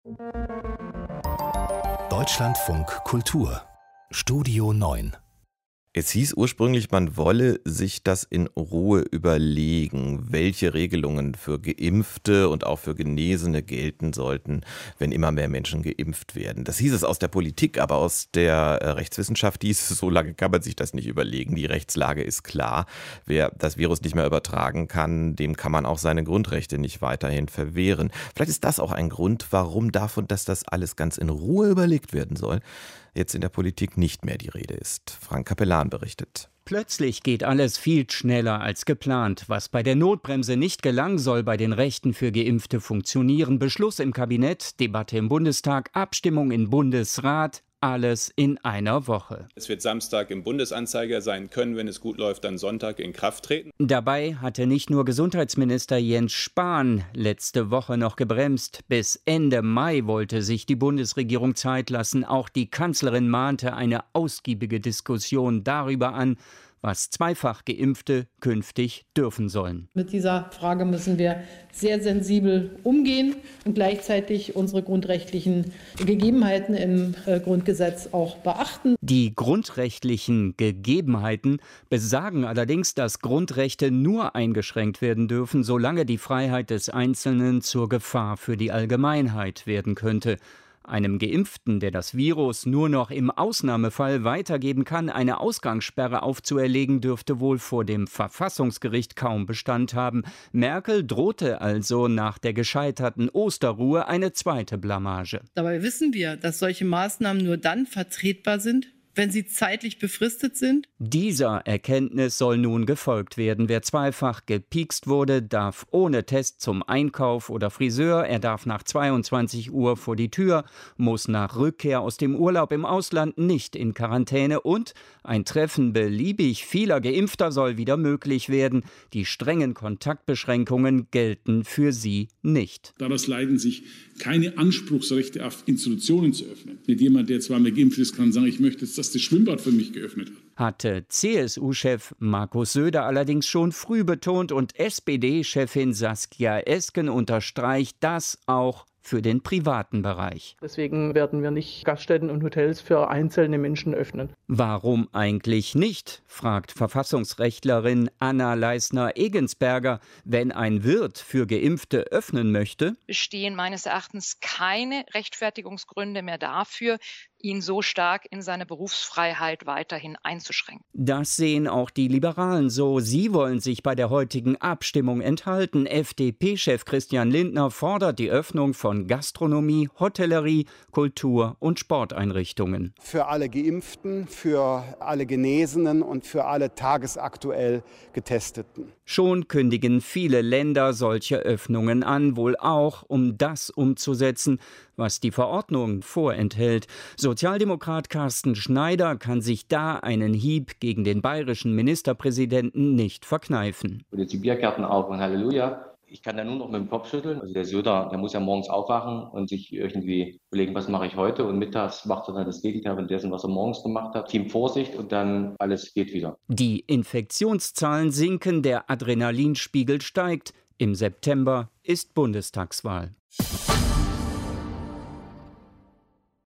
Deutschlandfunk Kultur Studio 9. Es hieß ursprünglich, man wolle sich das in Ruhe überlegen, welche Regelungen für Geimpfte und auch für Genesene gelten sollten, wenn immer mehr Menschen geimpft werden. Das hieß es aus der Politik, aber aus der Rechtswissenschaft hieß es, so lange kann man sich das nicht überlegen. Die Rechtslage ist klar. Wer das Virus nicht mehr übertragen kann, dem kann man auch seine Grundrechte nicht weiterhin verwehren. Vielleicht ist das auch ein Grund, warum davon, dass das alles ganz in Ruhe überlegt werden soll, jetzt in der Politik nicht mehr die Rede ist. Frank Capellan berichtet. Plötzlich geht alles viel schneller als geplant. Was bei der Notbremse nicht gelang, soll bei den Rechten für Geimpfte funktionieren. Beschluss im Kabinett, Debatte im Bundestag, Abstimmung im Bundesrat. Alles in einer Woche. Es wird Samstag im Bundesanzeiger sein können, wenn es gut läuft, dann Sonntag in Kraft treten. Dabei hatte nicht nur Gesundheitsminister Jens Spahn letzte Woche noch gebremst. Bis Ende Mai wollte sich die Bundesregierung Zeit lassen. Auch die Kanzlerin mahnte eine ausgiebige Diskussion darüber an, was zweifach Geimpfte künftig dürfen sollen. Mit dieser Frage müssen wir sehr sensibel umgehen und gleichzeitig unsere grundrechtlichen Gegebenheiten im Grundgesetz auch beachten. Die grundrechtlichen Gegebenheiten besagen allerdings, dass Grundrechte nur eingeschränkt werden dürfen, solange die Freiheit des Einzelnen zur Gefahr für die Allgemeinheit werden könnte. Einem Geimpften, der das Virus nur noch im Ausnahmefall weitergeben kann, eine Ausgangssperre aufzuerlegen, dürfte wohl vor dem Verfassungsgericht kaum Bestand haben. Merkel drohte also nach der gescheiterten Osterruhe eine zweite Blamage. Dabei wissen wir, dass solche Maßnahmen nur dann vertretbar sind, wenn sie zeitlich befristet sind. Dieser Erkenntnis soll nun gefolgt werden. Wer zweifach gepiekst wurde, darf ohne Test zum Einkauf oder Friseur. Er darf nach 22 Uhr vor die Tür, muss nach Rückkehr aus dem Urlaub im Ausland nicht in Quarantäne und ein Treffen beliebig vieler Geimpfter soll wieder möglich werden. Die strengen Kontaktbeschränkungen gelten für sie nicht. Daraus leiten sich keine Anspruchsrechte auf Institutionen zu öffnen. Nicht jemand, der zweimal geimpft ist, kann sagen, ich möchte jetzt, dass das Schwimmbad für mich geöffnet hat. Hatte CSU-Chef Markus Söder allerdings schon früh betont und SPD-Chefin Saskia Esken unterstreicht das auch für den privaten Bereich. Deswegen werden wir nicht Gaststätten und Hotels für einzelne Menschen öffnen. Warum eigentlich nicht, fragt Verfassungsrechtlerin Anna Leisner-Egensberger. Wenn ein Wirt für Geimpfte öffnen möchte, bestehen meines Erachtens keine Rechtfertigungsgründe mehr dafür, ihn so stark in seine Berufsfreiheit weiterhin einzuschränken. Das sehen auch die Liberalen so. Sie wollen sich bei der heutigen Abstimmung enthalten. FDP-Chef Christian Lindner fordert die Öffnung von Gastronomie, Hotellerie, Kultur- und Sporteinrichtungen. Für alle Geimpften, für alle Genesenen und für alle tagesaktuell Getesteten. Schon kündigen viele Länder solche Öffnungen an, wohl auch, um das umzusetzen, was die Verordnung vorenthält. Sozialdemokrat Carsten Schneider kann sich da einen Hieb gegen den bayerischen Ministerpräsidenten nicht verkneifen. Und jetzt die Biergärten auf und Halleluja. Ich kann da nur noch mit dem Kopf schütteln. Also der Söder, der muss ja morgens aufwachen und sich irgendwie überlegen, was mache ich heute? Und mittags macht er dann das Gegenteil von dessen, was er morgens gemacht hat. Team Vorsicht und dann alles geht wieder. Die Infektionszahlen sinken, der Adrenalinspiegel steigt. Im September ist Bundestagswahl.